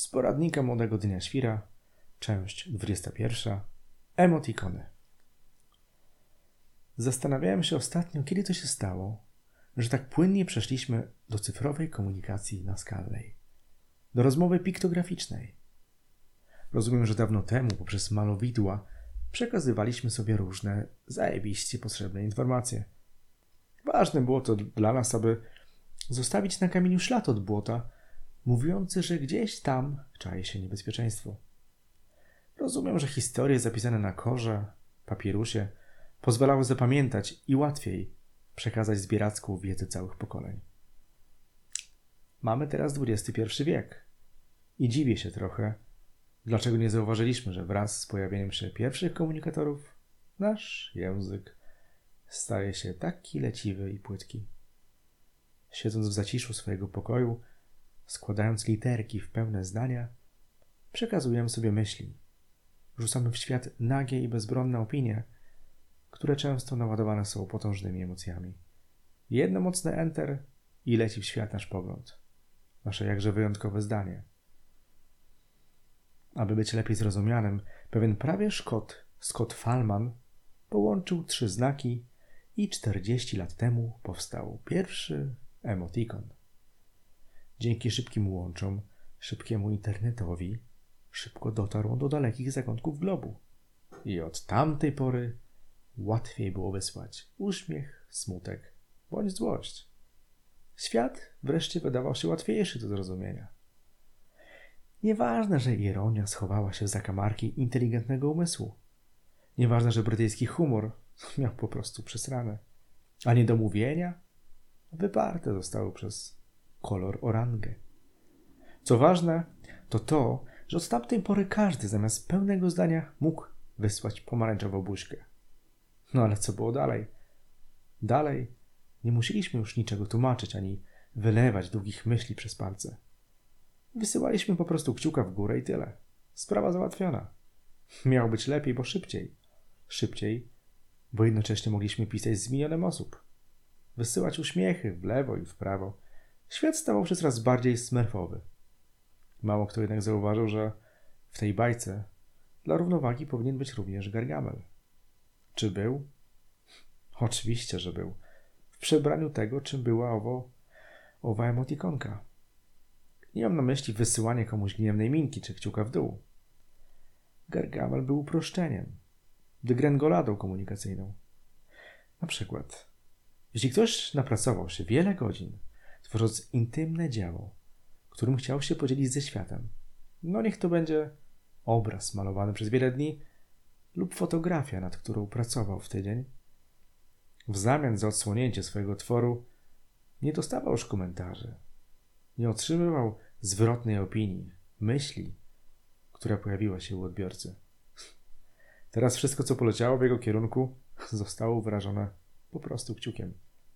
Z poradnika Młodego Dnia Świra, część 21. Emotikony. Zastanawiałem się ostatnio, kiedy to się stało, że tak płynnie przeszliśmy do cyfrowej komunikacji naskalnej, do rozmowy piktograficznej. Rozumiem, że dawno temu poprzez malowidła przekazywaliśmy sobie różne zajebiście potrzebne informacje. Ważne było to dla nas, aby zostawić na kamieniu ślad od błota, mówiący, że gdzieś tam czai się niebezpieczeństwo. Rozumiem, że historie zapisane na korze, papirusie pozwalały zapamiętać i łatwiej przekazać zbieracką wiedzę całych pokoleń. Mamy teraz XXI wiek i dziwię się trochę, dlaczego nie zauważyliśmy, że wraz z pojawieniem się pierwszych komunikatorów nasz język staje się taki leciwy i płytki. Siedząc w zaciszu swojego pokoju, składając literki w pełne zdania, przekazujemy sobie myśli. Rzucamy w świat nagie i bezbronne opinie, które często naładowane są potężnymi emocjami. Jedno mocne enter i leci w świat nasz pogląd. Nasze jakże wyjątkowe zdanie. Aby być lepiej zrozumianym, pewien prawie Szkot, Scott Fallman, połączył 3 znaki i 40 lat temu powstał pierwszy emotikon. Dzięki szybkim łączom, szybkiemu internetowi, szybko dotarł do dalekich zakątków globu. I od tamtej pory łatwiej było wysłać uśmiech, smutek bądź złość. Świat wreszcie wydawał się łatwiejszy do zrozumienia. Nieważne, że ironia schowała się w zakamarki inteligentnego umysłu. Nieważne, że brytyjski humor miał po prostu przesrane. A niedomówienia wyparte zostały przez kolor orangę. Co ważne, to, że od tamtej pory każdy zamiast pełnego zdania mógł wysłać pomarańczową buźkę. No ale co było dalej? Dalej nie musieliśmy już niczego tłumaczyć, ani wylewać długich myśli przez palce. Wysyłaliśmy po prostu kciuka w górę i tyle. Sprawa załatwiona. Miało być lepiej, bo szybciej. Szybciej, bo jednocześnie mogliśmy pisać z milionem osób. Wysyłać uśmiechy w lewo i w prawo. Świat stawał się coraz bardziej smurfowy. Mało kto jednak zauważył, że w tej bajce dla równowagi powinien być również Gargamel. Czy był? Oczywiście, że był. W przebraniu tego, czym była owa emotikonka. Nie mam na myśli wysyłanie komuś gniewnej minki czy kciuka w dół. Gargamel był uproszczeniem, degrengoladą komunikacyjną. Na przykład, jeśli ktoś napracował się wiele godzin, tworząc intymne dzieło, którym chciał się podzielić ze światem, no niech to będzie obraz malowany przez wiele dni lub fotografia, nad którą pracował w tydzień, w zamian za odsłonięcie swojego tworu nie dostawał już komentarzy, nie otrzymywał zwrotnej opinii, myśli, która pojawiła się u odbiorcy. Teraz wszystko, co poleciało w jego kierunku, zostało wyrażone po prostu kciukiem.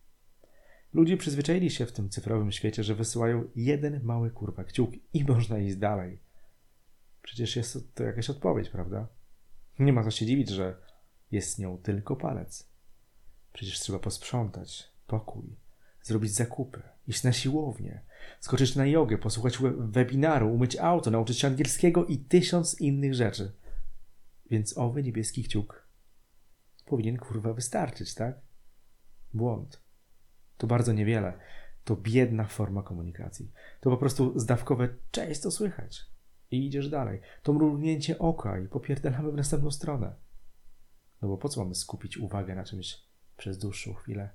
Ludzie przyzwyczaili się w tym cyfrowym świecie, że wysyłają jeden mały kciuk i można iść dalej. Przecież jest to jakaś odpowiedź, prawda? Nie ma co się dziwić, że jest nią tylko palec. Przecież trzeba posprzątać, pokój, zrobić zakupy, iść na siłownię, skoczyć na jogę, posłuchać webinaru, umyć auto, nauczyć się angielskiego i 1000 innych rzeczy. Więc owy niebieski kciuk powinien wystarczyć, tak? Błąd. To bardzo niewiele. To biedna forma komunikacji. To po prostu zdawkowe cześć, to słychać. I idziesz dalej. To mrugnięcie oka i popierdalamy w następną stronę. No bo po co mamy skupić uwagę na czymś przez dłuższą chwilę?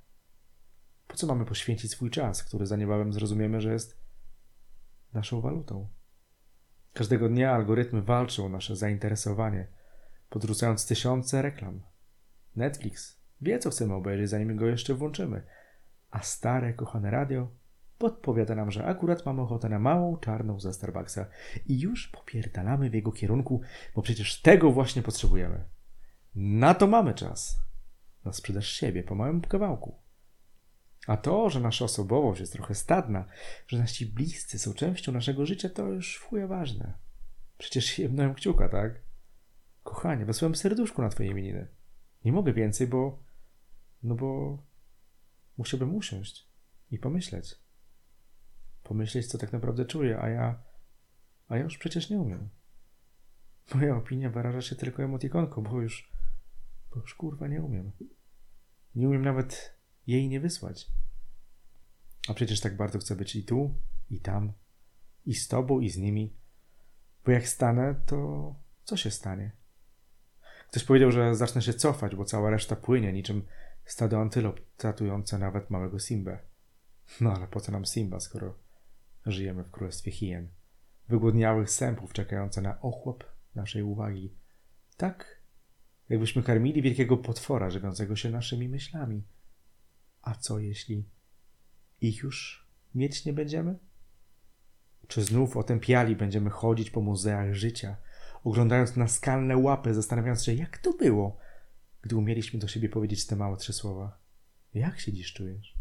Po co mamy poświęcić swój czas, który za niebawem zrozumiemy, że jest naszą walutą? Każdego dnia algorytmy walczą o nasze zainteresowanie, podrzucając 1000 reklam. Netflix wie, co chcemy obejrzeć, zanim go jeszcze włączymy. A stare, kochane radio podpowiada nam, że akurat mamy ochotę na małą, czarną ze Starbucksa i już popierdalamy w jego kierunku, bo przecież tego właśnie potrzebujemy. Na to mamy czas. Na sprzedaż siebie po małym kawałku. A to, że nasza osobowość jest trochę stadna, że nasi bliscy są częścią naszego życia, to już w chuja ważne. Przecież jebnąłem kciuka, tak? Kochanie, wysłałem serduszku na twoje imieniny. Nie mogę więcej, bo musiałbym usiąść i pomyśleć. Pomyśleć, co tak naprawdę czuję, a ja A ja już przecież nie umiem. Moja opinia wyraża się tylko emotikonką, bo już kurwa nie umiem. Nie umiem nawet jej nie wysłać. A przecież tak bardzo chcę być i tu, i tam, i z tobą, i z nimi. Bo jak stanę, to co się stanie? Ktoś powiedział, że zacznę się cofać, bo cała reszta płynie niczym stado antylop tratujące nawet małego Simbę. No ale po co nam Simba, skoro żyjemy w królestwie hien, wygłodniałych sępów czekające na ochłap naszej uwagi. Tak, jakbyśmy karmili wielkiego potwora żywiącego się naszymi myślami. A co jeśli ich już mieć nie będziemy? Czy znów otępiali będziemy chodzić po muzeach życia, oglądając na skalne łapy, zastanawiając się, jak to było, gdy umieliśmy do siebie powiedzieć te małe 3 słowa? Jak się dziś czujesz?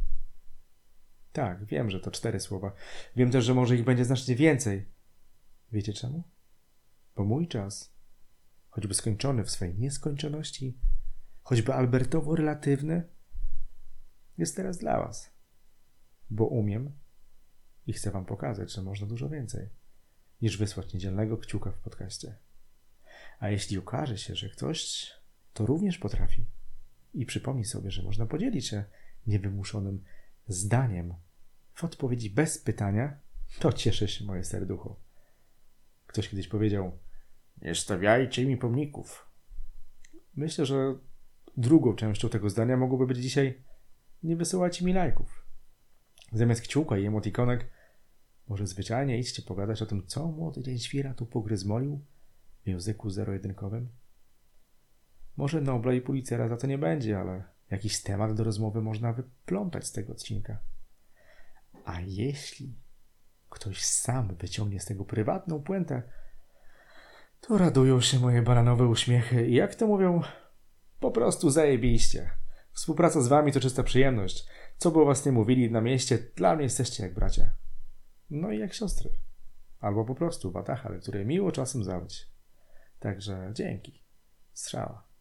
Tak, wiem, że to 4 słowa. Wiem też, że może ich będzie znacznie więcej. Wiecie czemu? Bo mój czas, choćby skończony w swej nieskończoności, choćby albertowo relatywny, jest teraz dla was. Bo umiem i chcę wam pokazać, że można dużo więcej niż wysłać niedzielnego kciuka w podcaście. A jeśli okaże się, że ktoś to również potrafi i przypomni sobie, że można podzielić się niewymuszonym zdaniem w odpowiedzi bez pytania, to cieszy się moje serducho. Ktoś kiedyś powiedział: nie stawiajcie mi pomników. Myślę, że drugą częścią tego zdania mogłoby być dzisiaj: nie wysyłajcie mi lajków. Zamiast kciuka i emotikonek może zwyczajnie idźcie pogadać o tym, co młody dzień świra tu pogryzmolił w języku zero-jedynkowym. Może Nobla i Pulitzera za to nie będzie, ale jakiś temat do rozmowy można wyplątać z tego odcinka. A jeśli ktoś sam wyciągnie z tego prywatną puentę, to radują się moje bananowe uśmiechy i jak to mówią, po prostu zajebiście. Współpraca z wami to czysta przyjemność. Co by o was nie mówili na mieście, dla mnie jesteście jak bracia. No i jak siostry. Albo po prostu watachy, które miło czasem zawyć. Także dzięki. Strzała.